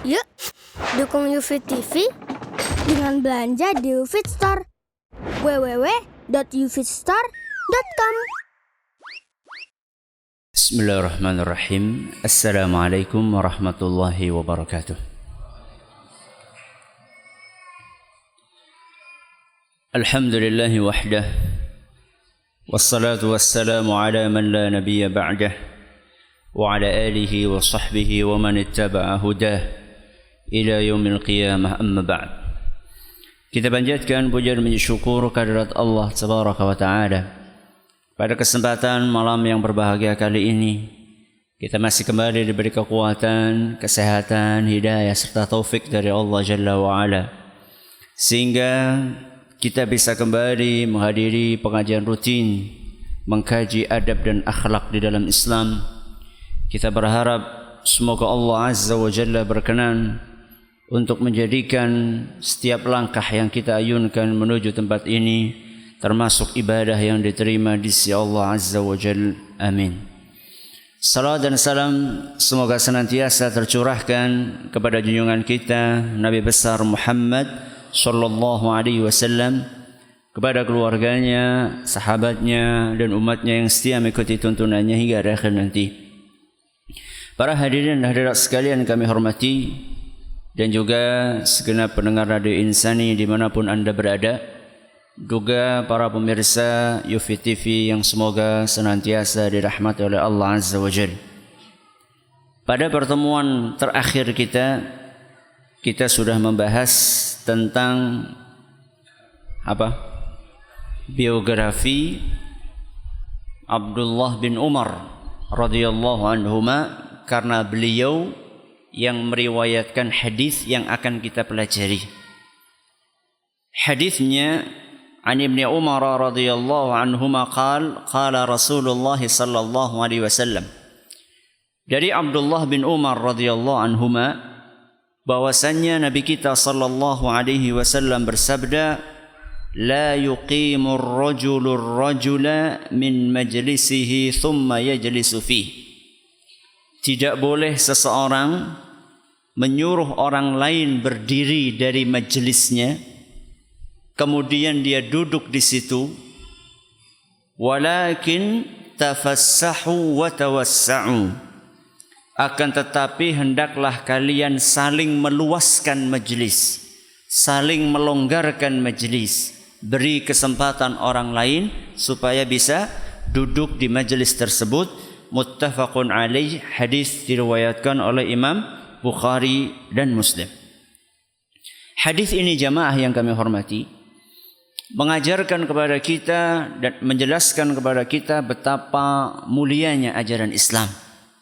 Yuk, dukung UFIT TV dengan belanja di UFIT Store. www.ufitstore.com. Bismillahirrahmanirrahim. Assalamualaikum warahmatullahi wabarakatuh. Alhamdulillahi wahdah, wassalatu wassalamu ala man la nabiyya ba'dah, wa ala alihi wa sahbihi wa man ittaba'a hudah ila yaumil qiyamah, amma ba'd. Kita panjatkan puja dan syukur kehadirat Allah Tabaraka wa Ta'ala. Pada kesempatan malam yang berbahagia kali ini, kita masih kembali diberi kekuatan, kesehatan, hidayah serta taufik dari Allah Jalla wa Ala, sehingga kita bisa kembali menghadiri pengajian rutin mengkaji adab dan akhlak di dalam Islam. Kita berharap semoga Allah Azza wa Jalla berkenan untuk menjadikan setiap langkah yang kita ayunkan menuju tempat ini termasuk ibadah yang diterima di sisi Allah Azza wa Jalla. Amin. Salam dan salam semoga senantiasa tercurahkan kepada junjungan kita Nabi besar Muhammad sallallahu alaihi wasallam, kepada keluarganya, sahabatnya dan umatnya yang setia mengikuti tuntunannya hingga akhir nanti. Para hadirin dan hadirat sekalian kami hormati, dan juga segenap pendengar Radio Insani dimanapun Anda berada, juga para pemirsa UFIT TV yang semoga senantiasa dirahmati oleh Allah Azza wa Jalla. Pada pertemuan terakhir kita sudah membahas tentang biografi Abdullah bin Umar radhiyallahu anhuma, karena beliau yang meriwayatkan hadis yang akan kita pelajari. Hadisnya an Ibnu Umar radhiyallahu anhuma qala Rasulullah sallallahu alaihi wasallam. Dari Abdullah bin Umar radhiyallahu anhuma bahwasannya Nabi kita sallallahu alaihi wasallam bersabda, la yuqimur rajulur rajula min majlisihi thumma yajlisu fihi. Tidak boleh seseorang menyuruh orang lain berdiri dari majelisnya, kemudian dia duduk di situ. Walakin tafassahu wa tawassa'u. Akan tetapi hendaklah kalian saling meluaskan majelis, saling melonggarkan majelis, beri kesempatan orang lain supaya bisa duduk di majelis tersebut. Muttafaqun alaih, hadis diriwayatkan oleh Imam Bukhari dan Muslim. Hadis ini jamaah yang kami hormati mengajarkan kepada kita dan menjelaskan kepada kita betapa mulianya ajaran Islam,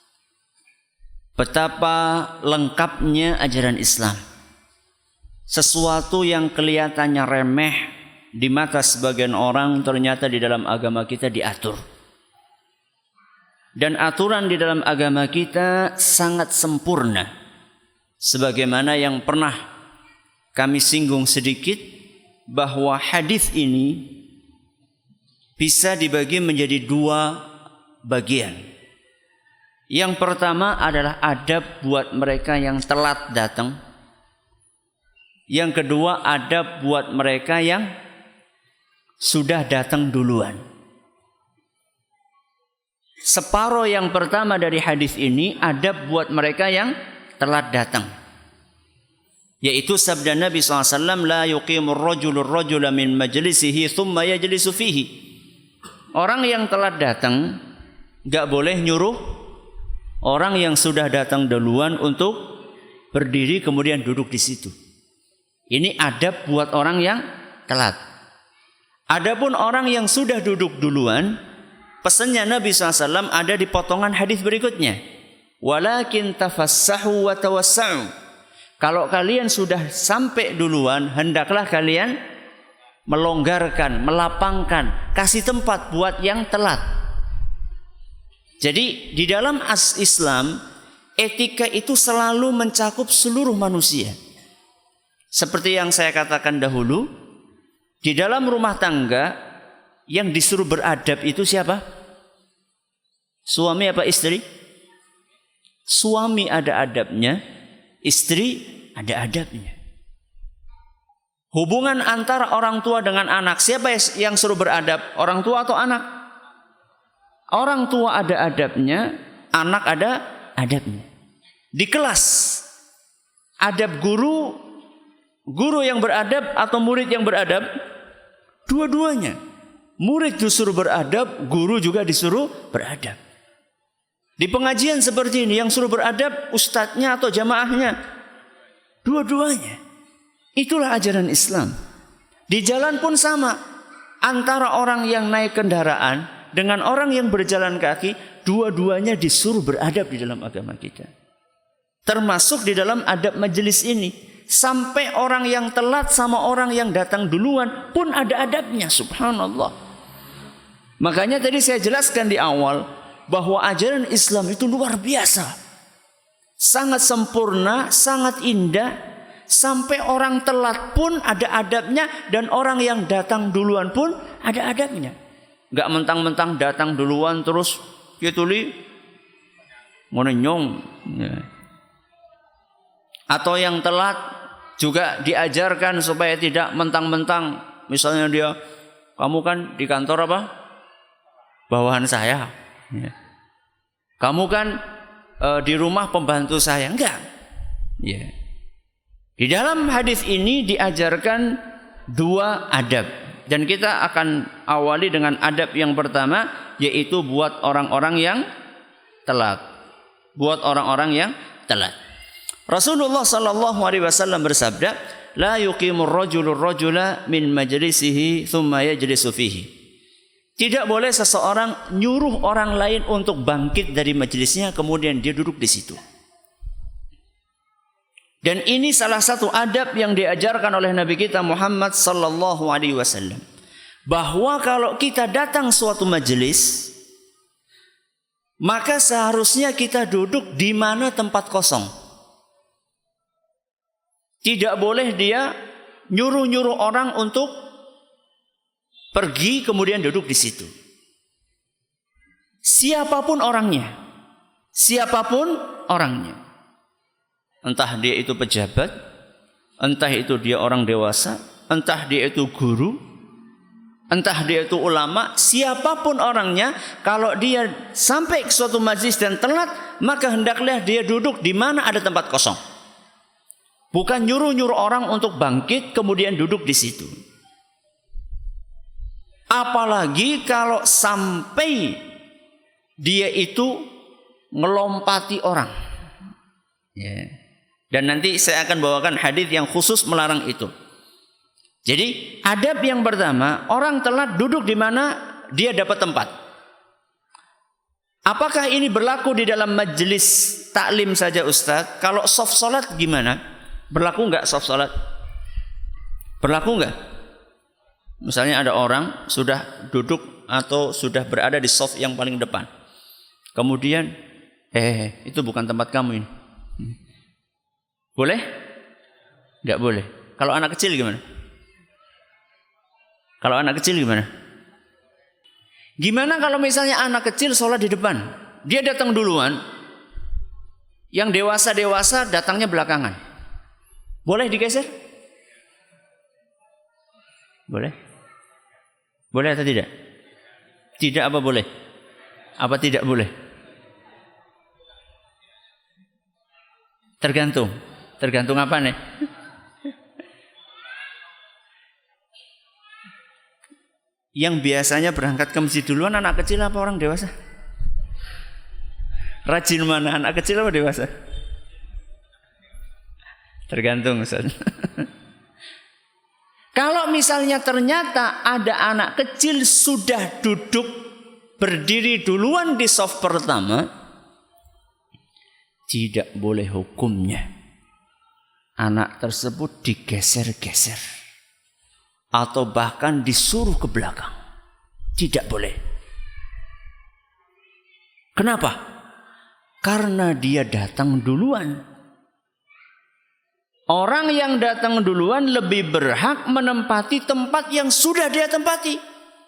betapa lengkapnya ajaran Islam. Sesuatu yang kelihatannya remeh di mata sebagian orang ternyata di dalam agama kita diatur. Dan aturan di dalam agama kita sangat sempurna, sebagaimana yang pernah kami singgung sedikit, bahwa hadis ini bisa dibagi menjadi dua bagian. Yang pertama adalah adab buat mereka yang telat datang. Yang kedua adab buat mereka yang sudah datang duluan. Separuh yang pertama dari hadis ini adab buat mereka yang telat datang, yaitu sabda Nabi SAW, la yuqimur rajulur rajula min majlisihi thumma yajlisu fihi. Orang yang telat datang gak boleh nyuruh orang yang sudah datang duluan untuk berdiri kemudian duduk di situ. Ini adab buat orang yang telat. Adapun orang yang sudah duduk duluan, pesannya Nabi SAW ada di potongan hadis berikutnya. Walakin tafassahu wa tawassa'u. Kalau kalian sudah sampai duluan, hendaklah kalian melonggarkan, melapangkan, kasih tempat buat yang telat. Jadi di dalam Islam, etika itu selalu mencakup seluruh manusia. Seperti yang saya katakan dahulu, di dalam rumah tangga yang disuruh beradab itu siapa? Suami apa istri? Suami ada adabnya, Istri ada adabnya. Hubungan antara orang tua dengan anak, siapa yang suruh beradab? Orang tua atau anak? Orang tua ada adabnya, anak ada adabnya. Di kelas, adab guru yang beradab atau murid yang beradab? Dua-duanya. Murid disuruh beradab, guru juga disuruh beradab. Di pengajian seperti ini yang suruh beradab ustadznya atau jamaahnya? Dua-duanya. Itulah ajaran Islam. Di jalan pun sama. Antara orang yang naik kendaraan dengan orang yang berjalan kaki, dua-duanya disuruh beradab di dalam agama kita. Termasuk di dalam adab majelis ini. Sampai orang yang telat sama orang yang datang duluan pun ada adabnya, subhanallah. Makanya tadi saya jelaskan di awal bahwa ajaran Islam itu luar biasa. Sangat sempurna, sangat indah. Sampai orang telat pun ada adabnya. Dan orang yang datang duluan pun ada adabnya. Gak mentang-mentang datang duluan terus gitu li ngonenyong. Atau yang telat juga diajarkan supaya tidak mentang-mentang. Misalnya dia, kamu kan di kantor apa? Bawahan saya. Ya. Kamu kan di rumah pembantu saya. Enggak. Ya. Di dalam hadis ini diajarkan dua adab. Dan kita akan awali dengan adab yang pertama, yaitu buat orang-orang yang telat. Buat orang-orang yang telat. Rasulullah sallallahu alaihi wasallam bersabda, "La yuqimur rajulur rajula min majlisihi thumma yajlisu fihi." Tidak boleh seseorang nyuruh orang lain untuk bangkit dari majelisnya kemudian dia duduk di situ. Dan ini salah satu adab yang diajarkan oleh Nabi kita Muhammad sallallahu alaihi wasallam. Bahwa kalau kita datang suatu majelis, maka seharusnya kita duduk di mana tempat kosong. Tidak boleh dia nyuruh-nyuruh orang untuk pergi kemudian duduk di situ. Siapapun orangnya. Siapapun orangnya. Entah dia itu pejabat, entah itu dia orang dewasa, entah dia itu guru, entah dia itu ulama, siapapun orangnya, kalau dia sampai ke suatu majlis dan telat, maka hendaklah dia duduk di mana ada tempat kosong. Bukan nyuruh-nyuruh orang untuk bangkit kemudian duduk di situ. Apalagi kalau sampai dia itu melompati orang. Ya. Dan nanti saya akan bawakan hadis yang khusus melarang itu. Jadi adab yang pertama, orang telat duduk di mana dia dapat tempat. Apakah ini berlaku di dalam majelis taklim saja Ustaz? Kalau soft salat gimana? Berlaku enggak soft salat? Berlaku enggak? Misalnya ada orang sudah duduk atau sudah berada di soft yang paling depan. Kemudian, itu bukan tempat kamu ini. Boleh? Enggak boleh. Kalau anak kecil gimana? Kalau anak kecil gimana? Gimana kalau misalnya anak kecil sholat di depan? Dia datang duluan. Yang dewasa-dewasa datangnya belakangan. Boleh digeser? Boleh? Boleh atau tidak? Tidak apa boleh? Apa tidak boleh? Tergantung. Tergantung apa nih? Yang biasanya berangkat ke masjid duluan anak kecil apa orang dewasa? Rajin mana, anak kecil apa dewasa? Tergantung Ustaz. Kalau misalnya ternyata ada anak kecil sudah duduk berdiri duluan di saf pertama, tidak boleh hukumnya anak tersebut digeser-geser atau bahkan disuruh ke belakang. Tidak boleh. Kenapa? Karena dia datang duluan. Orang yang datang duluan lebih berhak menempati tempat yang sudah dia tempati.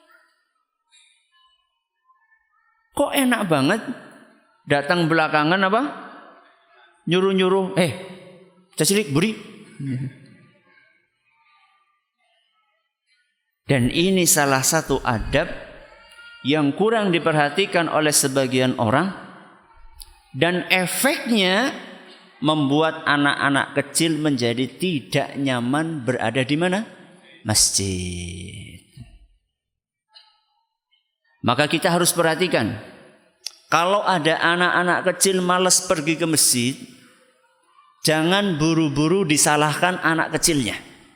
Kok enak banget datang belakangan apa? Nyuruh-nyuruh, Cilik buri. Dan ini salah satu adab yang kurang diperhatikan oleh sebagian orang, dan efeknya membuat anak-anak kecil menjadi tidak nyaman berada di mana? Masjid. Maka kita harus perhatikan, kalau ada anak-anak kecil malas pergi ke masjid, jangan buru-buru disalahkan anak kecilnya.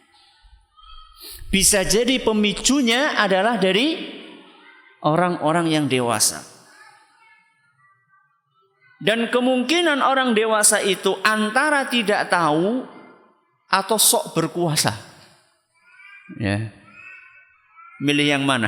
Bisa jadi pemicunya adalah dari orang-orang yang dewasa. Dan kemungkinan orang dewasa itu antara tidak tahu atau sok berkuasa. Ya. Milih yang mana?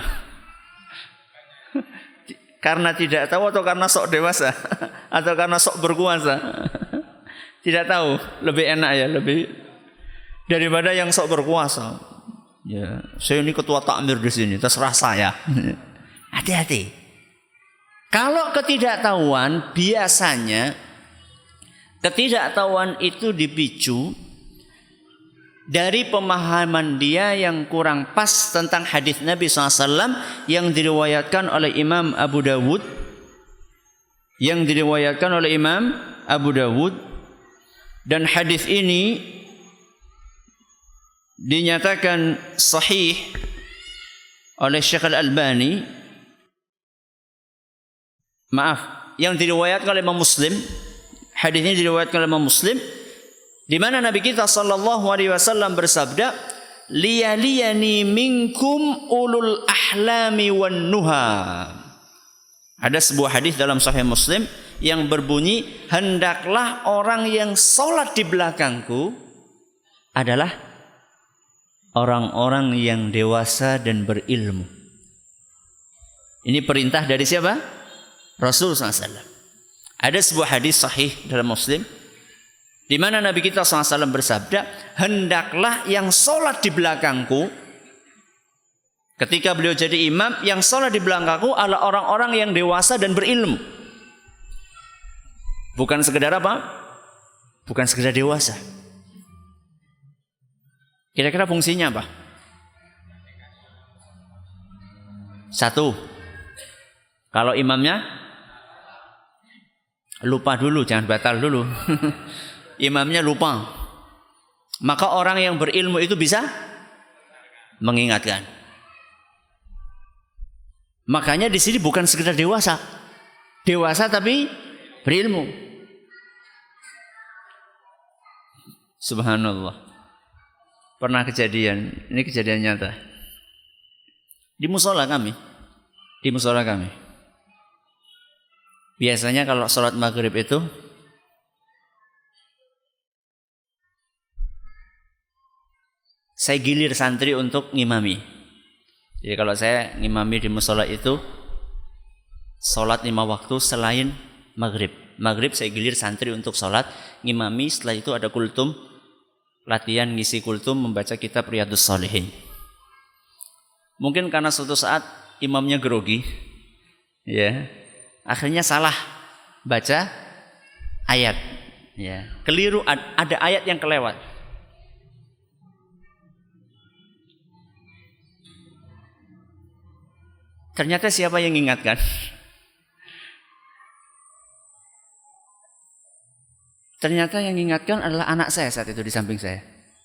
Karena tidak tahu atau karena sok dewasa? Atau karena sok berkuasa? Tidak tahu, lebih enak ya, lebih daripada yang sok berkuasa. Ya, saya ini ketua takmir di sini, terserah saya. Hati-hati. Kalau ketidaktahuan, biasanya ketidaktahuan itu dipicu dari pemahaman dia yang kurang pas tentang hadis Nabi SAW yang diriwayatkan oleh Imam Abu Dawud. Dan hadis ini dinyatakan sahih oleh Syekh Al-Albani. Yang diriwayatkan oleh Imam Muslim. Hadis ini diriwayatkan oleh Imam Muslim, di mana Nabi kita sallallahu alaihi wasallam bersabda, "Liyaliyani minkum ulul ahlami wan nuha." Ada sebuah hadis dalam Sahih Muslim yang berbunyi, hendaklah orang yang sholat di belakangku adalah orang-orang yang dewasa dan berilmu. Ini perintah dari siapa? Rasul SAW. Ada sebuah hadis sahih dalam Muslim, di mana Nabi kita SAW bersabda, hendaklah yang sholat di belakangku, ketika beliau jadi imam, yang sholat di belakangku adalah orang-orang yang dewasa dan berilmu. Bukan sekedar apa? Bukan sekedar dewasa. Kira-kira fungsinya apa? Satu, kalau imamnya lupa dulu, jangan batal dulu. Imamnya lupa, maka orang yang berilmu itu bisa mengingatkan. Makanya di sini bukan sekedar dewasa tapi berilmu. Subhanallah. Pernah kejadian, ini kejadian nyata. Di musola kami. Biasanya kalau sholat maghrib itu saya gilir santri untuk ngimami. Jadi kalau saya ngimami di musola itu sholat 5 waktu selain maghrib. Maghrib saya gilir santri untuk sholat ngimami. Setelah itu ada kultum, latihan ngisi kultum, membaca kitab Riyadhus Shalihin. Mungkin karena suatu saat imamnya grogi, ya, akhirnya salah baca ayat, ya, keliru, ada ayat yang kelewat. Ternyata siapa yang mengingatkan? Ternyata yang mengingatkan adalah anak saya saat itu di samping saya.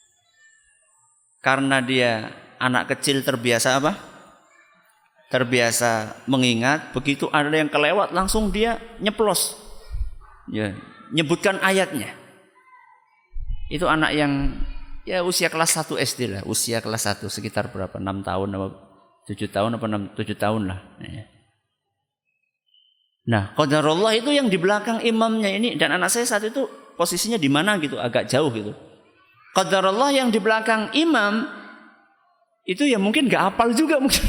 Karena dia anak kecil terbiasa apa? Terbiasa mengingat, begitu ada yang kelewat langsung dia nyeplos. Ya, nyebutkan ayatnya. Itu anak yang ya usia kelas 1 SD lah, usia kelas 1 sekitar berapa? 6 tahun apa 7 tahun apa 7 tahun lah. Ya. Nah, qadarullah itu yang di belakang imamnya ini, dan anak saya saat itu posisinya di mana gitu, agak jauh gitu. Qadarullah yang di belakang imam itu ya mungkin gak hafal juga mungkin.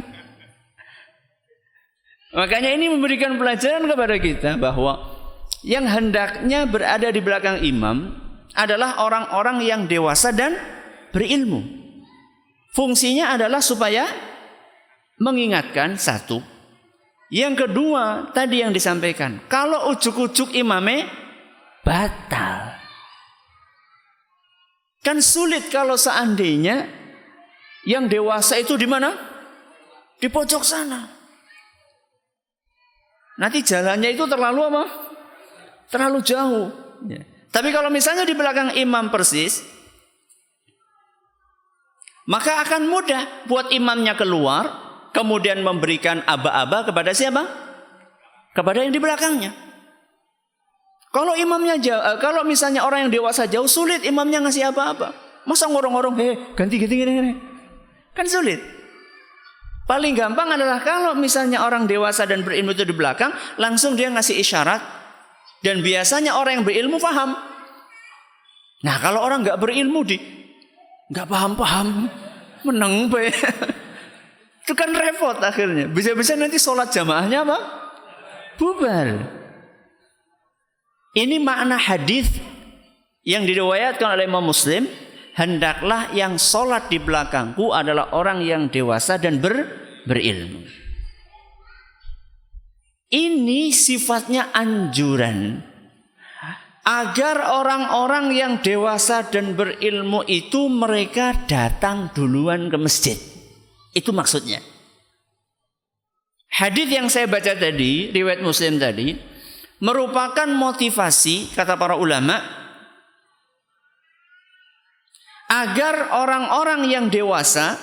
Makanya ini memberikan pelajaran kepada kita bahwa yang hendaknya berada di belakang imam adalah orang-orang yang dewasa dan berilmu. Fungsinya adalah supaya mengingatkan, satu. Yang kedua, tadi yang disampaikan, kalau ujuk-ujuk imamnya batal. Kan sulit kalau seandainya yang dewasa itu di mana? Di pojok sana. Nanti jalannya itu terlalu apa? Terlalu jauh. Ya. Tapi kalau misalnya di belakang imam persis, maka akan mudah buat imamnya keluar, kemudian memberikan aba-aba kepada siapa? Kepada yang di belakangnya. Kalau imamnya jauh, kalau misalnya orang yang dewasa jauh, sulit imamnya ngasih apa-apa. Masa ngorong-ngorong, ganti. Kan sulit. Paling gampang adalah kalau misalnya orang dewasa dan berilmu itu di belakang, langsung dia ngasih isyarat. Dan biasanya orang yang berilmu paham. Nah kalau orang nggak berilmu nggak paham, menang be. Itu kan repot akhirnya. Bisa-bisa nanti sholat jamaahnya apa? Bubar. Ini makna hadis yang diriwayatkan oleh Imam Muslim. Hendaklah yang sholat di belakangku adalah orang yang dewasa dan berilmu. Ini sifatnya anjuran. Agar orang-orang yang dewasa dan berilmu itu mereka datang duluan ke masjid. Itu maksudnya. Hadis yang saya baca tadi, riwayat Muslim tadi, merupakan motivasi, kata para ulama, agar orang-orang yang dewasa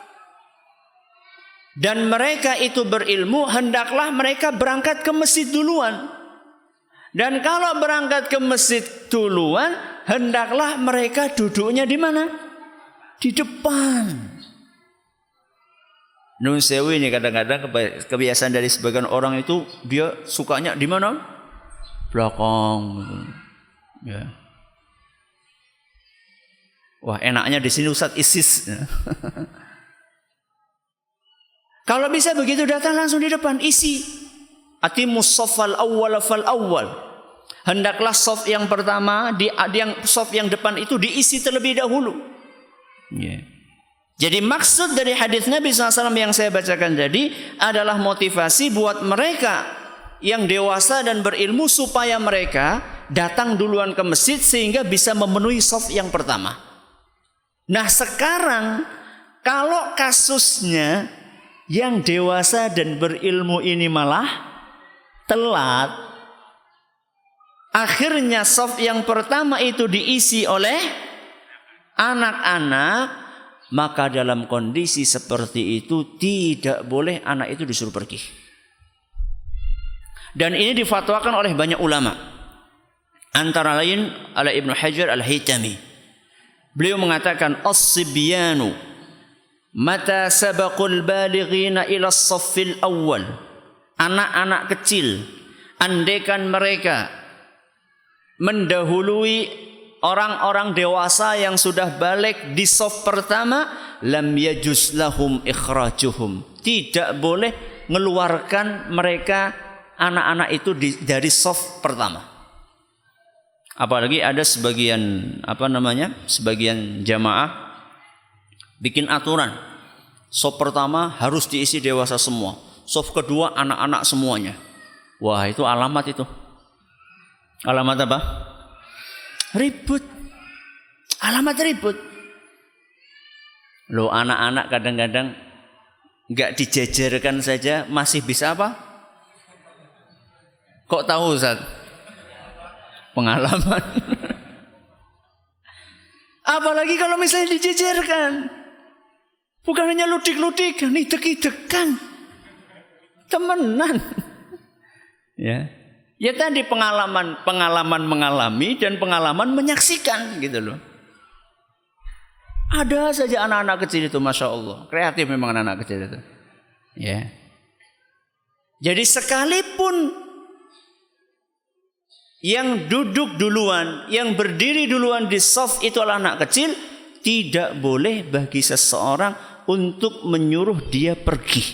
dan mereka itu berilmu, hendaklah mereka berangkat ke masjid duluan. Dan kalau berangkat ke masjid duluan, hendaklah mereka duduknya di mana? Di depan. Nun sewu ini kadang-kadang kebiasaan dari sebagian orang itu, dia sukanya di mana? Belakang. Ya. Wah, enaknya di sini Ustaz ISIS. Kalau bisa begitu datang langsung di depan, isi. Atimus shaffal awwal fal awwal. Hendaklah shaf yang pertama, shaf yang depan itu diisi terlebih dahulu. Yeah. Jadi maksud dari hadis Nabi SAW yang saya bacakan tadi adalah motivasi buat mereka yang dewasa dan berilmu supaya mereka datang duluan ke masjid sehingga bisa memenuhi shaf yang pertama. Nah sekarang kalau kasusnya yang dewasa dan berilmu ini malah telat, akhirnya shaf yang pertama itu diisi oleh anak-anak, maka dalam kondisi seperti itu tidak boleh anak itu disuruh pergi. Dan ini difatwakan oleh banyak ulama, antara lain oleh Ibnu Hajar Al-Haytami. Beliau mengatakan as-sibyanu mata sabaqul balighina ila as-saffil awwal. Anak-anak kecil andaikan mereka mendahului orang-orang dewasa yang sudah balik di shaf pertama, lam yajuz lahum ikhrajuhum. Tidak boleh mengeluarkan mereka anak-anak itu dari shaf pertama. Apalagi ada sebagian sebagian jamaah bikin aturan. Shaf pertama harus diisi dewasa semua. Shaf kedua anak-anak semuanya. Wah, itu alamat itu. Alamat apa? Ribut. Alamat ribut. Loh, anak-anak kadang-kadang enggak dijejerkan saja masih bisa apa? Kok tahu, Ustaz? Pengalaman. Apalagi kalau misalnya dijejerkan. Bukan hanya ludik-ludikan, idek-idekan. Temenan. Ya. Ya tadi pengalaman mengalami dan pengalaman menyaksikan gitu loh. Ada saja anak-anak kecil itu, Masya Allah. Kreatif memang anak-anak kecil itu. Ya. Jadi sekalipun yang duduk duluan, yang berdiri duluan di shaf itu adalah anak kecil, tidak boleh bagi seseorang untuk menyuruh dia pergi.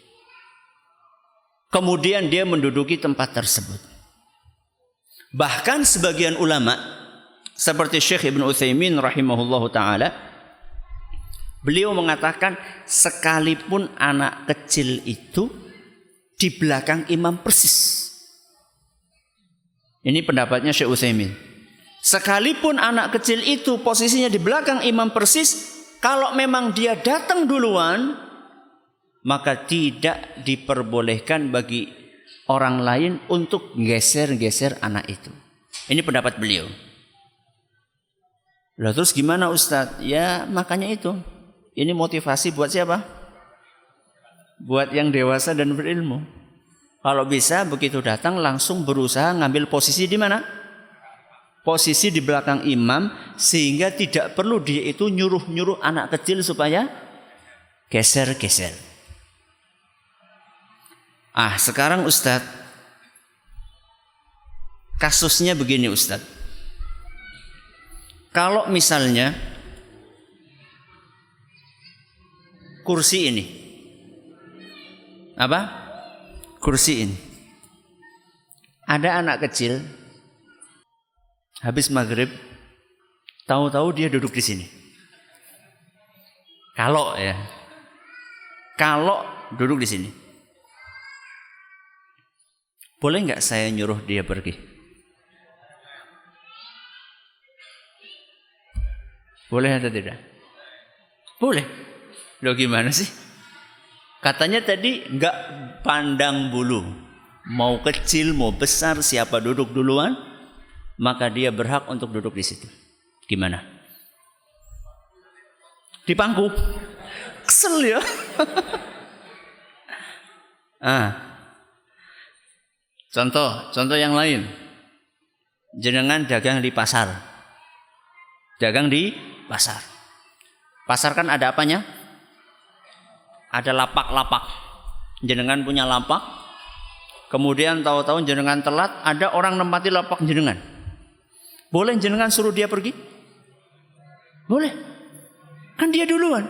Kemudian dia menduduki tempat tersebut. Bahkan sebagian ulama seperti Syekh Ibnu Utsaimin rahimahullahu taala, beliau mengatakan sekalipun anak kecil itu di belakang imam persis. Ini pendapatnya Syekh Utsaimin. Sekalipun anak kecil itu posisinya di belakang imam persis, kalau memang dia datang duluan, maka tidak diperbolehkan bagi orang lain untuk geser-geser anak itu. Ini pendapat beliau. Lah terus gimana Ustadz? Ya makanya itu. Ini motivasi buat siapa? Buat yang dewasa dan berilmu. Kalau bisa begitu datang langsung berusaha ngambil posisi di mana? Posisi di belakang imam, sehingga tidak perlu dia itu nyuruh-nyuruh anak kecil supaya geser-geser. Sekarang Ustadz, kasusnya begini Ustadz. Kalau misalnya kursi ini, kursi ini, ada anak kecil habis maghrib, tahu-tahu dia duduk di sini. Kalau duduk di sini, boleh nggak saya nyuruh dia pergi? Boleh atau tidak? Boleh. Loh gimana sih? Katanya tadi nggak pandang bulu, mau kecil mau besar, siapa duduk duluan, maka dia berhak untuk duduk di situ. Gimana? Dipangku. Kesel ya. Contoh yang lain. Jenengan dagang di pasar. Dagang di pasar. Pasar kan ada apanya? Ada lapak-lapak. Jenengan punya lapak. Kemudian tahu-tahu jenengan telat, ada orang nempati lapak jenengan. Boleh jenengan suruh dia pergi? Boleh. Kan dia duluan.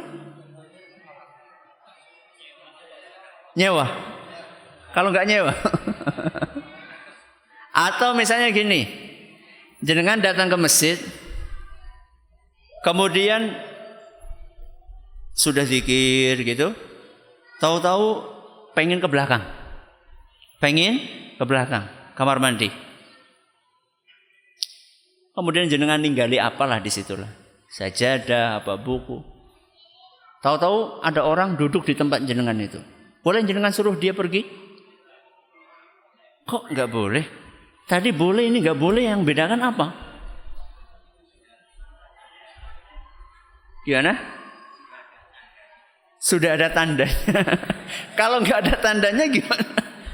Nyewa. Kalau nggak nyewa. Atau misalnya gini. Jenengan datang ke masjid. Kemudian sudah zikir gitu. Tahu-tahu pengen ke belakang. Kamar mandi. Kemudian jenengan ninggali apalah di situlah. Sajadah, apa buku. Tahu-tahu ada orang duduk di tempat jenengan itu. Boleh jenengan suruh dia pergi? Kok nggak boleh? Tadi boleh, ini nggak boleh, yang bedakan apa? Gimana? Sudah ada tanda. Kalau nggak ada tandanya gimana?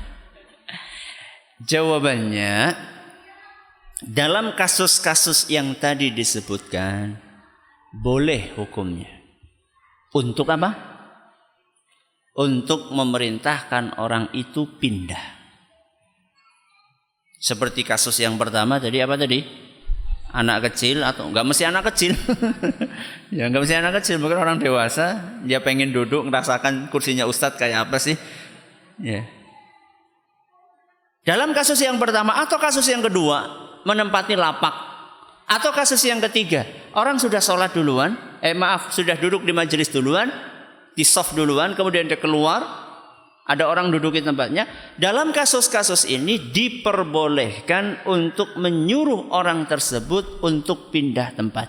Jawabannya, dalam kasus-kasus yang tadi disebutkan, boleh hukumnya. Untuk apa? Untuk memerintahkan orang itu pindah. Seperti kasus yang pertama tadi, apa tadi? Anak kecil, atau enggak mesti anak kecil. Ya enggak mesti anak kecil, mungkin orang dewasa, dia pengen duduk ngerasakan kursinya Ustadz kayak apa sih? Ya. Dalam kasus yang pertama atau kasus yang kedua, menempati lapak. Atau kasus yang ketiga, orang sudah sholat duluan, sudah duduk di majelis duluan, di soft duluan, kemudian dia keluar, ada orang duduk di tempatnya. Dalam kasus-kasus ini diperbolehkan untuk menyuruh orang tersebut untuk pindah tempat.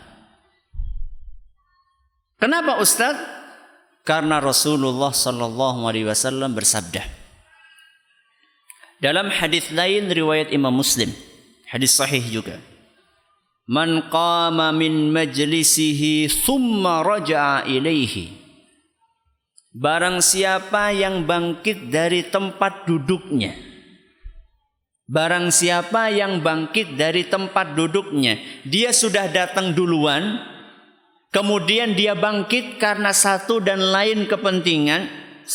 Kenapa Ustaz? Karena Rasulullah SAW bersabda dalam hadis lain riwayat Imam Muslim, hadis sahih juga. Man qama min majlisihi thumma raja'a ilaihi. Barang siapa yang bangkit dari tempat duduknya. Barang siapa yang bangkit dari tempat duduknya, dia sudah datang duluan, kemudian dia bangkit karena satu dan lain kepentingan,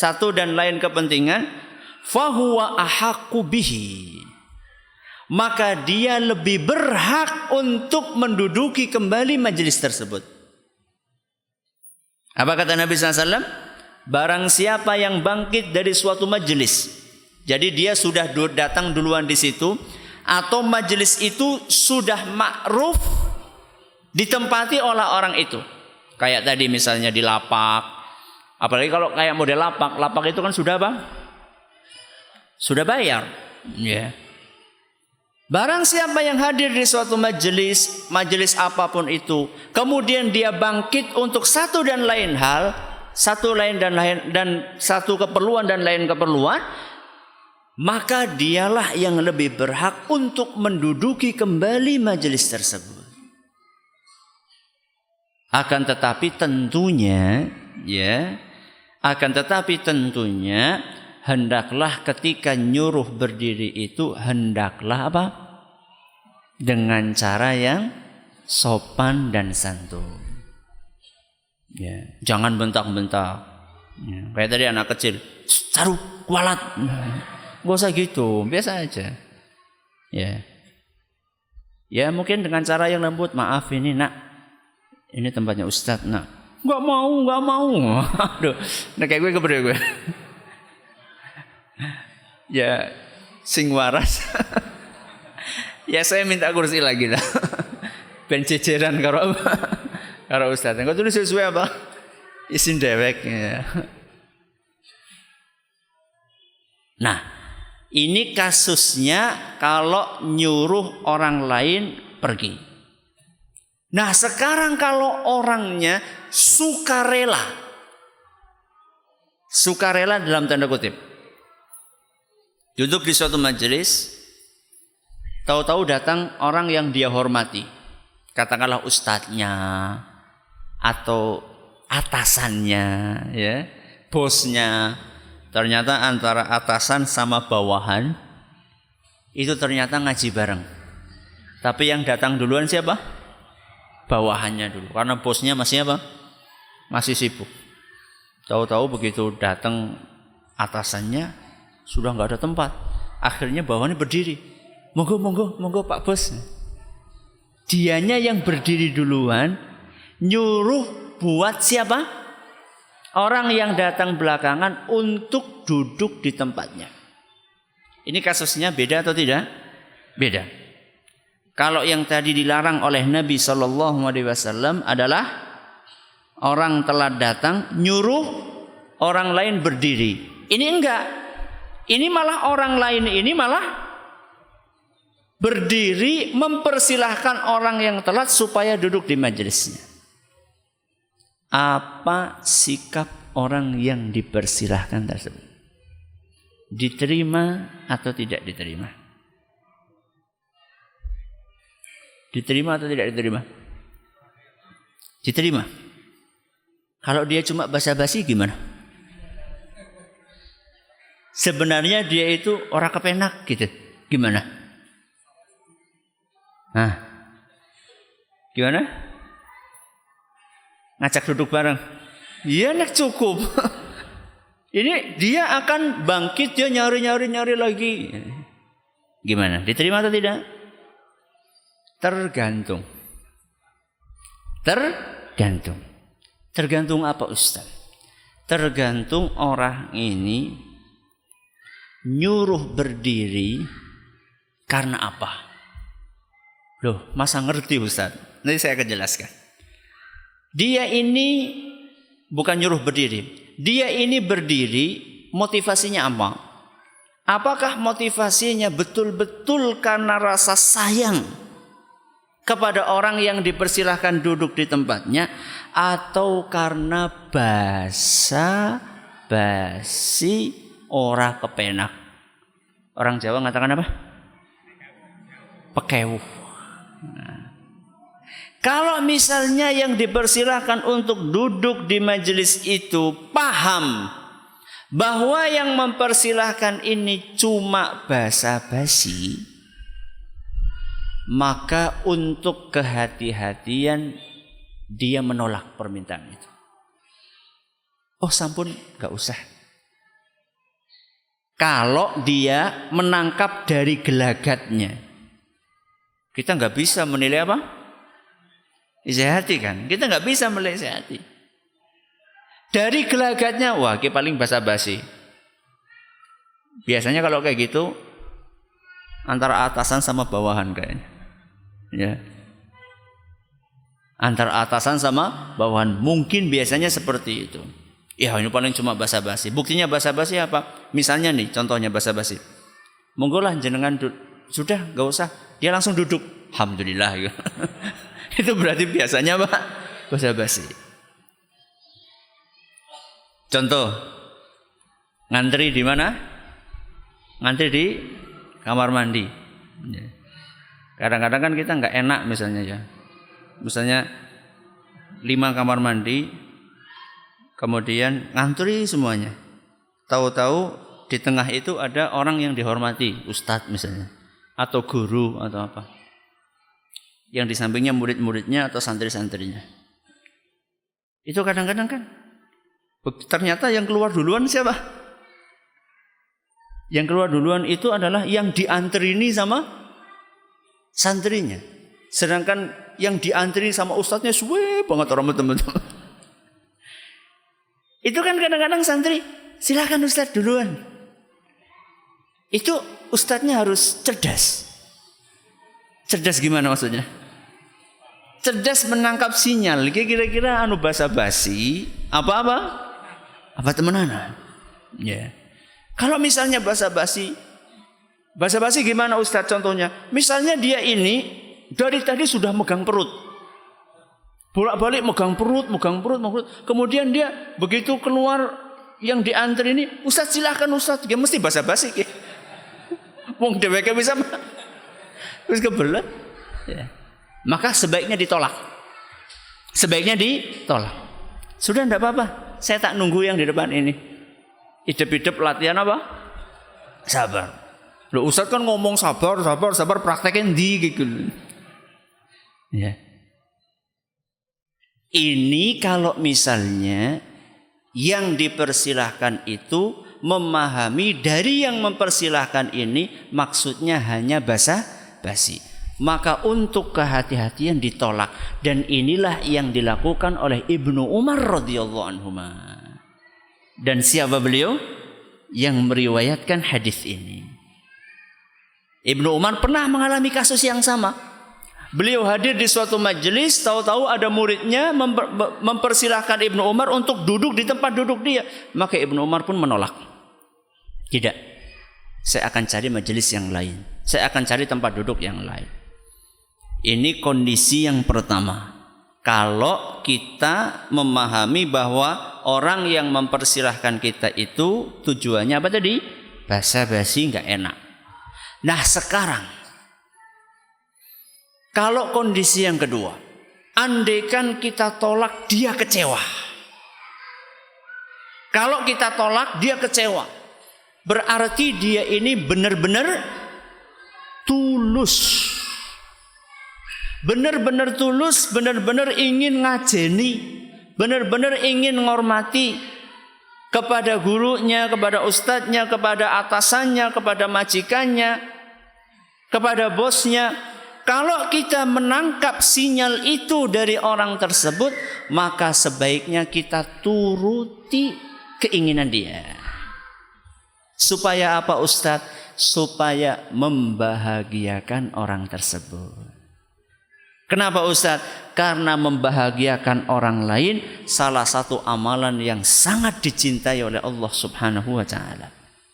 fahuwa ahaqqu bihi, maka dia lebih berhak untuk menduduki kembali majelis tersebut. Apa kata Nabi SAW? Barang siapa yang bangkit dari suatu majelis, jadi dia sudah datang duluan di situ, atau majelis itu sudah ma'ruf ditempati oleh orang itu. Kayak tadi misalnya di lapak, apalagi kalau kayak model lapak itu kan sudah apa? Sudah bayar, ya. Barang siapa yang hadir di suatu majelis apapun itu, kemudian dia bangkit untuk satu dan lain hal, satu keperluan dan lain keperluan, maka dialah yang lebih berhak untuk menduduki kembali majelis tersebut. Akan tetapi tentunya hendaklah ketika nyuruh berdiri itu hendaklah apa? Dengan cara yang sopan dan santun. Ya, jangan bentak-bentak. Ya, kayak tadi anak kecil, "Saru, kualat." Gak usah gitu, biasa aja. Ya. Ya mungkin dengan cara yang lembut, "Maaf ini nak, ini tempatnya Ustadz nak." Gak mau. Aduh, nah kayak gue kepada gue. Ya, sing waras. Ya saya minta kursi lagi lah. Ben ceceran karo Ustadz. Engko tulis sesuai apa? Isin dewek ya. Nah, ini kasusnya kalau nyuruh orang lain pergi. Nah, sekarang kalau orangnya sukarela dalam tanda kutip, duduk di suatu majelis, tahu-tahu datang orang yang dia hormati, katakanlah ustadznya atau atasannya, ya, bosnya. Ternyata antara atasan sama bawahan itu ternyata ngaji bareng. Tapi yang datang duluan siapa? Bawahannya dulu, karena bosnya masih apa? Masih sibuk. Tahu-tahu begitu datang atasannya sudah nggak ada tempat. Akhirnya bawahannya berdiri. Monggo Pak Bos. Dianya yang berdiri duluan nyuruh buat siapa? Orang yang datang belakangan untuk duduk di tempatnya. Ini kasusnya beda atau tidak? Beda. Kalau yang tadi dilarang oleh Nabi SAW adalah orang telat datang nyuruh orang lain berdiri. Ini enggak. Ini malah orang lain ini malah berdiri mempersilahkan orang yang telat supaya duduk di majelisnya. Apa sikap orang yang dipersilahkan tersebut? Diterima atau tidak diterima? Diterima atau tidak diterima? Diterima. Kalau dia cuma basa-basi gimana? Sebenarnya dia itu orang kepenak gitu. Gimana? Nah, gimana? Ngajak duduk bareng. Iya nek cukup. Ini dia akan bangkit, dia nyari lagi. Gimana? Diterima atau tidak? Tergantung. Tergantung apa Ustaz? Tergantung orang ini nyuruh berdiri karena apa? Loh, masa ngerti Ustaz? Nanti saya akan jelaskan. Dia ini bukan nyuruh berdiri. Dia ini berdiri, motivasinya apa? Apakah motivasinya betul-betul karena rasa sayang kepada orang yang dipersilahkan duduk di tempatnya, atau karena basa-basi ora kepenak? Orang Jawa mengatakan apa? Pekewuh. Nah, kalau misalnya yang dipersilahkan untuk duduk di majelis itu paham bahwa yang mempersilahkan ini cuma basa-basi, maka untuk kehati-hatian dia menolak permintaan itu. Oh sampun, gak usah. Kalau dia menangkap dari gelagatnya, kita gak bisa menilai apa? Isi hati kan? Kita gak bisa menilai isi hati. Dari gelagatnya, wah kita paling basa-basi. Biasanya kalau kayak gitu antara atasan sama bawahan kayaknya. Ya. Antara atasan sama bawahan mungkin biasanya seperti itu. Ya ini paling cuma basa-basi. Buktinya basa-basi apa? Misalnya nih contohnya basa-basi. Monggolah jenengan Sudah, nggak usah. Dia langsung duduk. Alhamdulillah. Gitu. Itu berarti biasanya apa? Basa-basi. Contoh, ngantri di mana? Ngantri di kamar mandi. Kadang-kadang kan kita nggak enak misalnya ya. Misalnya 5 kamar mandi, kemudian ngantri semuanya. Tahu-tahu di tengah itu ada orang yang dihormati, ustadz misalnya, atau guru atau apa. Yang di sampingnya murid-muridnya atau santri-santrinya. Itu kadang-kadang kan ternyata yang keluar duluan siapa? Yang keluar duluan itu adalah yang diantrini sama santrinya. Sedangkan yang diantri sama ustadznya suwe banget orang teman-teman. Itu kan kadang-kadang santri, silakan ustadz duluan. Itu ustadznya harus cerdas. Cerdas gimana maksudnya? Cerdas menangkap sinyal. Kira-kira basa-basi apa temenan? Ya. Kalau misalnya basa-basi gimana ustadz contohnya? Misalnya dia ini dari tadi sudah megang perut. Bolak-balik megang perut. Kemudian dia begitu keluar yang diantri ini, ustadz silahkan ustadz. Dia mesti basa-basi. Wong dheweke bisa wis kebelet. Ya. Maka sebaiknya ditolak. Sudah enggak apa-apa. Saya tak nunggu yang di depan ini. Hidup-hidup latihan apa? Sabar. Loh ustadz kan ngomong sabar, praktekin di gitu. Ya. Ini kalau misalnya yang dipersilahkan itu memahami dari yang mempersilahkan ini maksudnya hanya basa-basi, maka untuk kehati-hatian ditolak. Dan inilah yang dilakukan oleh Ibnu Umar radhiyallahu anhu. Dan siapa beliau yang meriwayatkan hadis ini? Ibnu Umar pernah mengalami kasus yang sama. Beliau hadir di suatu majelis, tahu-tahu ada muridnya mempersilahkan Ibnu Umar untuk duduk di tempat duduk dia. Maka Ibnu Umar pun menolak. Tidak, saya akan cari majelis yang lain. Saya akan cari tempat duduk yang lain. Ini kondisi yang pertama. Kalau kita memahami bahwa orang yang mempersilahkan kita itu tujuannya apa tadi? Basa-basi nggak enak. Nah sekarang, kalau kondisi yang kedua, andaikan kita tolak dia kecewa. Kalau kita tolak dia kecewa, berarti dia ini benar-benar tulus. Benar-benar tulus, benar-benar ingin ngajeni, benar-benar ingin menghormati kepada gurunya, kepada ustadznya, kepada atasannya, kepada majikannya, kepada bosnya. Kalau kita menangkap sinyal itu dari orang tersebut, maka sebaiknya kita turuti keinginan dia. Supaya apa ustadz? Supaya membahagiakan orang tersebut. Kenapa ustadz? Karena membahagiakan orang lain salah satu amalan yang sangat dicintai oleh Allah Subhanahu wa ta'ala.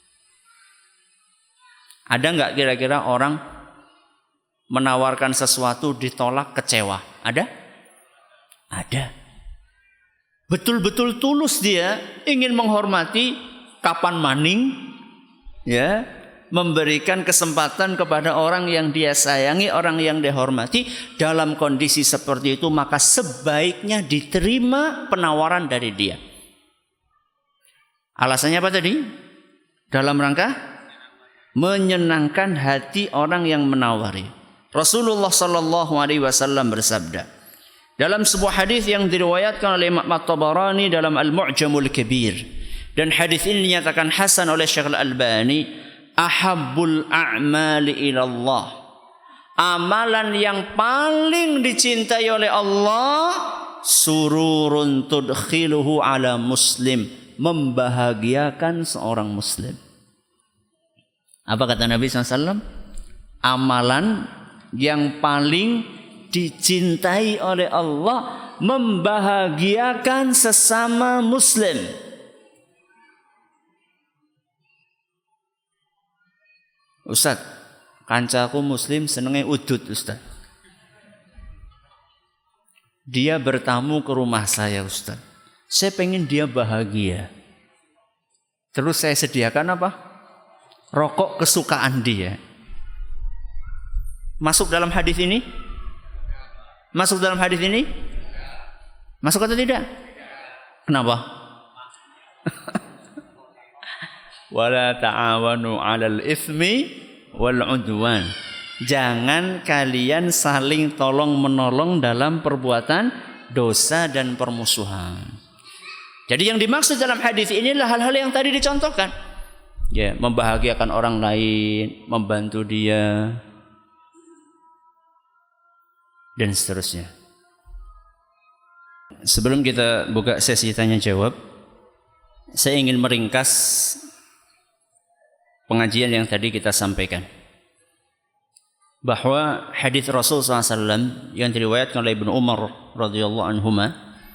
Ada enggak kira-kira orang menawarkan sesuatu ditolak kecewa? Ada? Ada. Betul-betul tulus dia ingin menghormati, kapan maning ya, memberikan kesempatan kepada orang yang dia sayangi, orang yang dia hormati. Dalam kondisi seperti itu maka sebaiknya diterima penawaran dari dia. Alasannya apa tadi? Dalam rangka menyenangkan hati orang yang menawari. Rasulullah sallallahu alaihi wasallam bersabda dalam sebuah hadis yang diriwayatkan oleh Imam At-Tabarani dalam Al-Mu'jamul Kabir, dan hadis ini dinyatakan hasan oleh Syekh Al-Albani, ahabbul a'mali ilallah, amalan yang paling dicintai oleh Allah, sururun tudkhiluhu ala muslim, membahagiakan seorang muslim. Apa kata Nabi SAW? Amalan yang paling dicintai oleh Allah, membahagiakan sesama muslim. Ustaz, Kancaku muslim senenge udut, Ustaz. Dia bertamu ke rumah saya, Ustaz. Saya pengen dia bahagia. Terus saya sediakan apa? Rokok kesukaan dia. Masuk dalam hadis ini? Masuk dalam hadis ini? Masuk atau tidak? Kenapa? Wala ta'awanu 'alal itsmi wal 'udwan. Jangan kalian saling tolong-menolong dalam perbuatan dosa dan permusuhan. Jadi yang dimaksud dalam hadis inilah hal-hal yang tadi dicontohkan. Ya, membahagiakan orang lain, membantu dia, dan seterusnya. Sebelum kita buka sesi tanya jawab, saya ingin meringkas pengajian yang tadi kita sampaikan. Bahwa hadis Rasul SAW yang diriwayatkan oleh Ibnu Umar radhiyallahu anhuma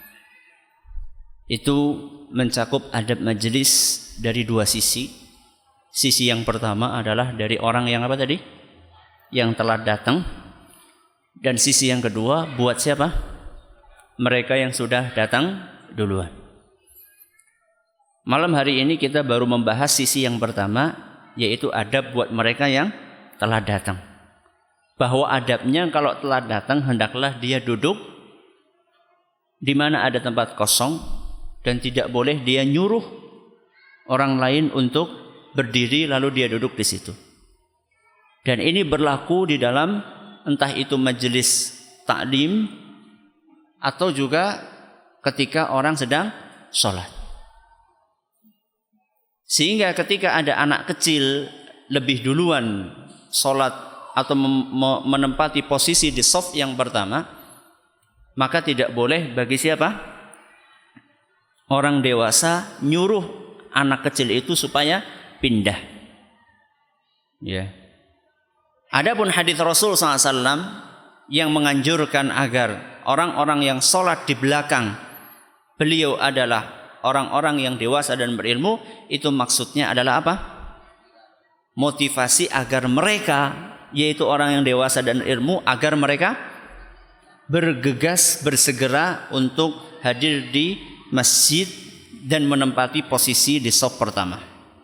itu mencakup adab majelis dari dua sisi. Sisi yang pertama adalah dari orang yang apa tadi? Yang telah datang. Dan sisi yang kedua buat siapa? Mereka yang sudah datang duluan. Malam hari ini kita baru membahas sisi yang pertama, yaitu adab buat mereka yang telah datang. Bahwa adabnya kalau telah datang hendaklah dia duduk di mana ada tempat kosong dan tidak boleh dia nyuruh orang lain untuk berdiri lalu dia duduk di situ. Dan ini berlaku di dalam entah itu majelis taklim atau juga ketika orang sedang sholat. Sehingga ketika ada anak kecil lebih duluan sholat atau menempati posisi di shaf yang pertama, maka tidak boleh bagi siapa? Orang dewasa nyuruh anak kecil itu supaya pindah. Ya. Adapun hadis Rasul SAW yang menganjurkan agar orang-orang yang sholat di belakang beliau adalah orang-orang yang dewasa dan berilmu, itu maksudnya adalah apa? Motivasi agar mereka, yaitu orang yang dewasa dan ilmu, agar mereka bergegas, bersegera untuk hadir di masjid dan menempati posisi di shaf pertama.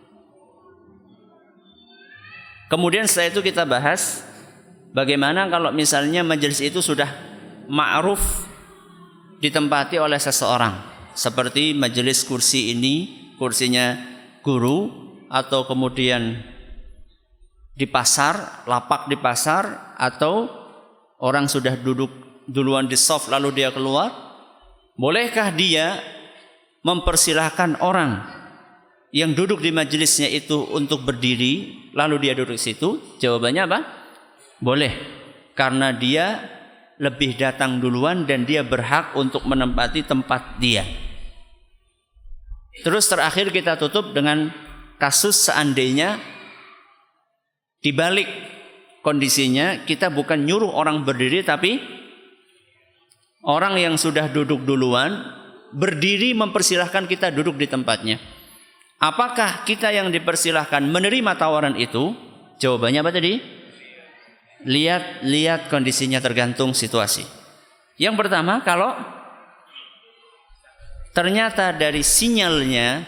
Kemudian setelah itu kita bahas bagaimana kalau misalnya majelis itu sudah ma'ruf ditempati oleh seseorang, seperti majelis kursi ini kursinya guru, atau kemudian di pasar, lapak di pasar, atau orang sudah duduk duluan di shaf lalu dia keluar. Bolehkah dia mempersilahkan orang yang duduk di majelisnya itu untuk berdiri lalu dia duduk di situ? Jawabannya apa? Boleh, karena dia lebih datang duluan dan dia berhak untuk menempati tempat dia. Terus terakhir kita tutup dengan kasus seandainya dibalik kondisinya, kita bukan nyuruh orang berdiri, tapi orang yang sudah duduk duluan berdiri mempersilahkan kita duduk di tempatnya. Apakah kita yang dipersilahkan menerima tawaran itu? Jawabannya apa tadi? Lihat kondisinya, tergantung situasi. Yang pertama, kalau ternyata dari sinyalnya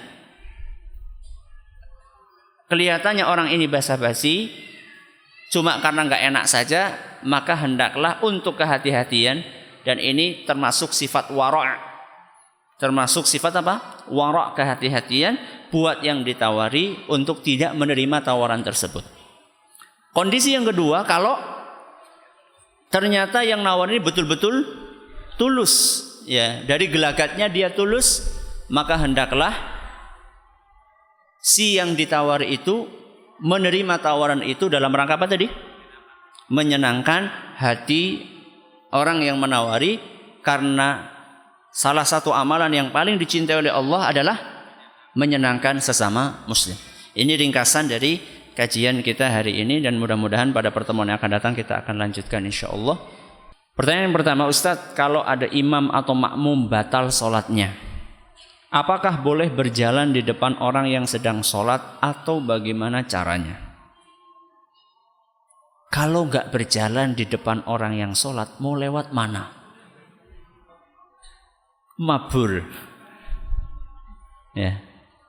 kelihatannya orang ini basa-basi cuma karena nggak enak saja, maka hendaklah untuk kehati-hatian. Dan ini termasuk sifat wara'. Termasuk sifat apa? Wara', kehati-hatian buat yang ditawari untuk tidak menerima tawaran tersebut. Kondisi yang kedua, kalau ternyata yang nawar ini betul-betul tulus, ya, dari gelagatnya dia tulus, maka hendaklah si yang ditawari itu menerima tawaran itu dalam rangka apa tadi? Menyenangkan hati orang yang menawari, karena salah satu amalan yang paling dicintai oleh Allah adalah menyenangkan sesama muslim. Ini ringkasan dari kajian kita hari ini, dan mudah-mudahan pada pertemuan yang akan datang kita akan lanjutkan insyaallah. Pertanyaan yang pertama, Ustadz, kalau ada imam atau makmum batal sholatnya, apakah boleh berjalan di depan orang yang sedang sholat atau bagaimana caranya? Kalau nggak berjalan di depan orang yang sholat, mau lewat mana? Mabur. Ya.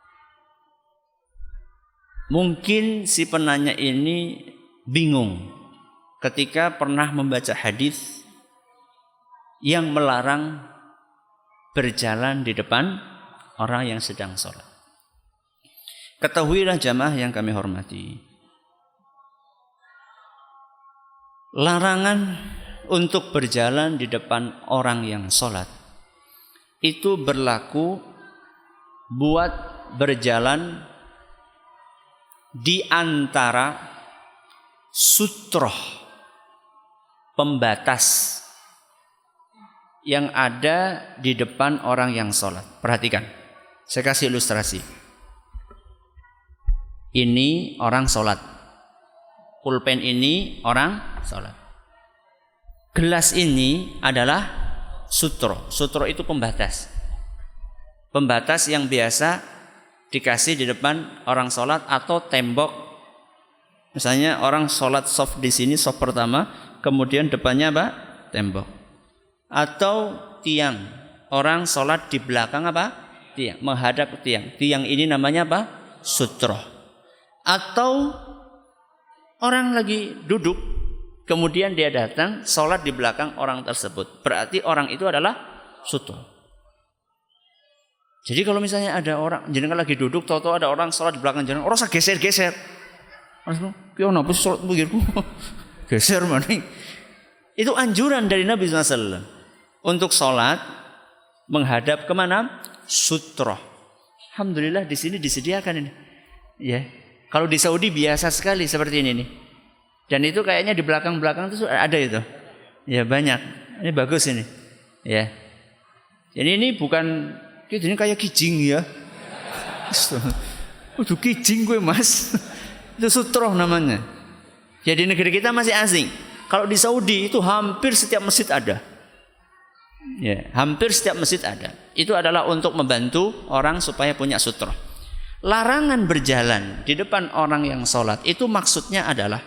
Mungkin si penanya ini bingung ketika pernah membaca hadis yang melarang berjalan di depan orang yang sedang sholat. Ketahuilah jamaah yang kami hormati, larangan untuk berjalan di depan orang yang sholat itu berlaku buat berjalan di antara sutroh pembatas yang ada di depan orang yang sholat. Perhatikan, saya kasih ilustrasi. Ini orang sholat, pulpen ini orang sholat. Gelas ini adalah sutro. Sutro itu pembatas. Pembatas yang biasa dikasih di depan orang sholat atau tembok. Misalnya orang sholat soft di sini, soft pertama, kemudian depannya apa? Tembok. Atau tiang. Orang sholat di belakang apa? Tiang, menghadap ke tiang. Tiang ini namanya apa? Sutro. Atau orang lagi duduk, kemudian dia datang sholat di belakang orang tersebut. Berarti orang itu adalah sutro. Jadi kalau misalnya ada orang, jenengan lagi duduk, tahu-tahu ada orang sholat di belakang jenengan, orang geser-geser. Kau napa sholat begini? Geser mana? Itu anjuran dari Nabi SAW untuk sholat menghadap kemana? Sutro. Alhamdulillah di sini disediakan ini. Ya, kalau di Saudi biasa sekali seperti ini nih. Dan itu kayaknya di belakang-belakang itu ada itu. Ya banyak. Ini bagus ini. Ya. Jadi ini bukan, ini kayak kijing ya. Udah kijing gue mas. Itu sutro namanya. Jadi negeri kita masih asing. Kalau di Saudi itu hampir setiap masjid ada. Ya, hampir setiap masjid ada. Itu adalah untuk membantu orang supaya punya sutro. Larangan berjalan di depan orang yang sholat itu maksudnya adalah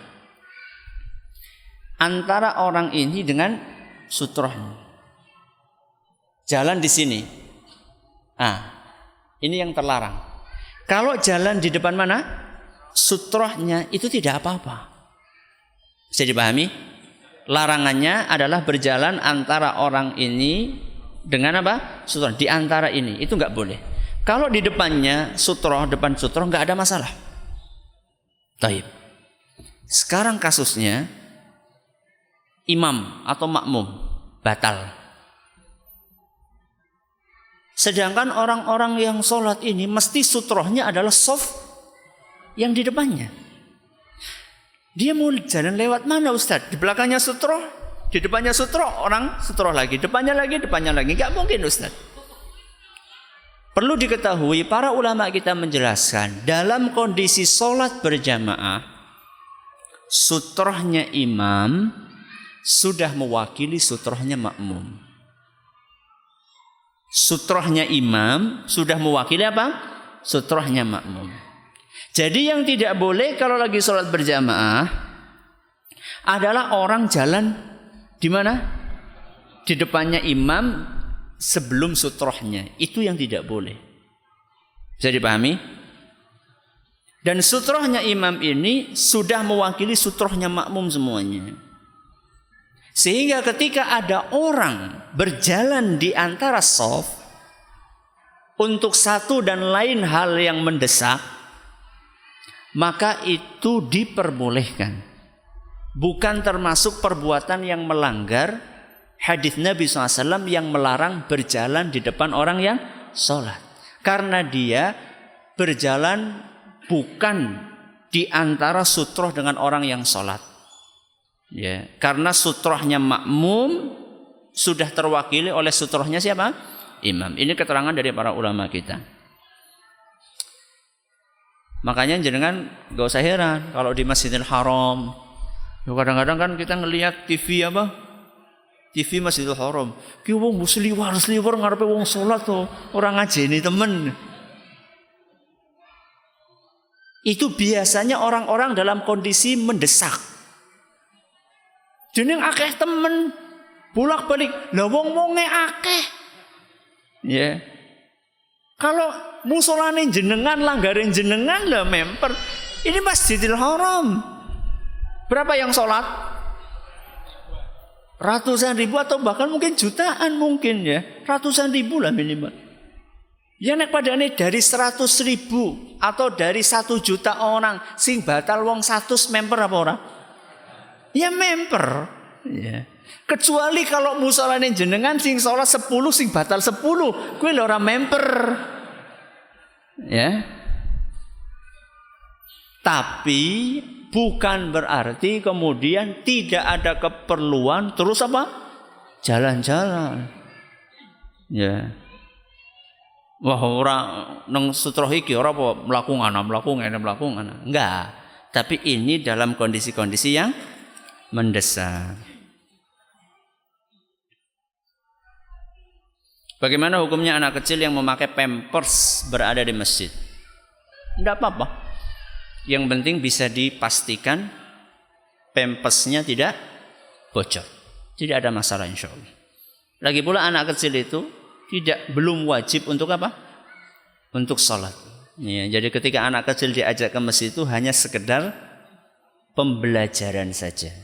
antara orang ini dengan sutrohnya. Jalan di sini. Ini yang terlarang. Kalau jalan di depan mana? Sutrohnya itu tidak apa-apa. Bisa dipahami? Larangannya adalah berjalan antara orang ini dengan apa? Sutroh. Di antara ini. Itu nggak boleh. Kalau di depannya sutroh, depan sutroh nggak ada masalah. Taib. Sekarang kasusnya imam atau makmum batal. Sedangkan orang-orang yang sholat ini mesti sutrohnya adalah soft yang di depannya. Dia mau jalan lewat mana Ustaz? Di belakangnya sutroh, di depannya sutroh, orang sutroh lagi, depannya lagi, nggak mungkin Ustaz. Perlu diketahui para ulama kita menjelaskan dalam kondisi sholat berjamaah, sutrohnya imam sudah mewakili sutrohnya makmum. Sutrohnya imam sudah mewakili apa? Sutrohnya makmum. Jadi yang tidak boleh kalau lagi sholat berjamaah adalah orang jalan di mana? Di depannya imam sebelum sutrohnya. Itu yang tidak boleh. Bisa dipahami? Dan sutrohnya imam ini sudah mewakili sutrohnya makmum semuanya. Sehingga ketika ada orang berjalan di antara shaf untuk satu dan lain hal yang mendesak, maka itu diperbolehkan. Bukan termasuk perbuatan yang melanggar hadis Nabi SAW yang melarang berjalan di depan orang yang sholat. Karena dia berjalan bukan di antara sutroh dengan orang yang sholat. Ya, karena sutrohnya makmum sudah terwakili oleh sutrohnya siapa? Imam. Ini keterangan dari para ulama kita. Makanya jangan gak usah heran kalau di Masjidil Haram. Kadang-kadang kan kita ngelihat TV apa? TV Masjidil Haram. Ki wong seliwar ngarepe wong salat to, ora ngajeni temen. Itu biasanya orang-orang dalam kondisi mendesak. Jeneng akeh temen bolak-balik. Lah wong-wonge akeh. Ya. Kalau musolane jenengan, langgarin jenengan lah memper. Ini Masjidil Haram. Berapa yang sholat? Ratusan ribu atau bahkan mungkin jutaan mungkin ya. Ratusan ribu lah minimal. Ya nek padane dari 100 ribu atau dari 1 juta orang sing batal wong 100 member apa ora? Ya member. Ya. Kecuali kalau musolane jenengan sing sholat 10 sing batal 10, kuwi lho ora member. Ya. Tapi bukan berarti kemudian tidak ada keperluan terus apa? Jalan-jalan. Ya. Wah ora nang sutra iki ora apa mlaku ngana. Enggak. Tapi ini dalam kondisi-kondisi yang mendesak. Bagaimana hukumnya anak kecil yang memakai pampers berada di masjid? Tidak apa-apa. Yang penting bisa dipastikan pampersnya tidak bocor. Tidak ada masalah insya Allah. Lagi pula anak kecil itu belum wajib untuk apa? Untuk sholat. Ya, jadi ketika anak kecil diajak ke masjid itu hanya sekedar pembelajaran saja.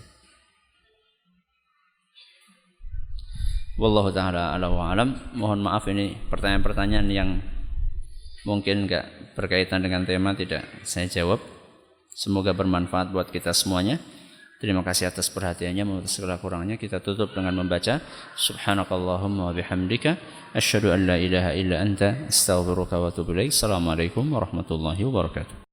Wallahu ta'ala ala wa alam. Mohon maaf ini pertanyaan-pertanyaan yang mungkin enggak berkaitan dengan tema tidak saya jawab. Semoga bermanfaat buat kita semuanya. Terima kasih atas perhatiannya. Menurut segala kurangnya kita tutup dengan membaca Subhanakallahumma wa bihamdika asyhadu an la ilaha illa anta astaghfiruka wa atubu ilaik. Assalamualaikum warahmatullahi wabarakatuh.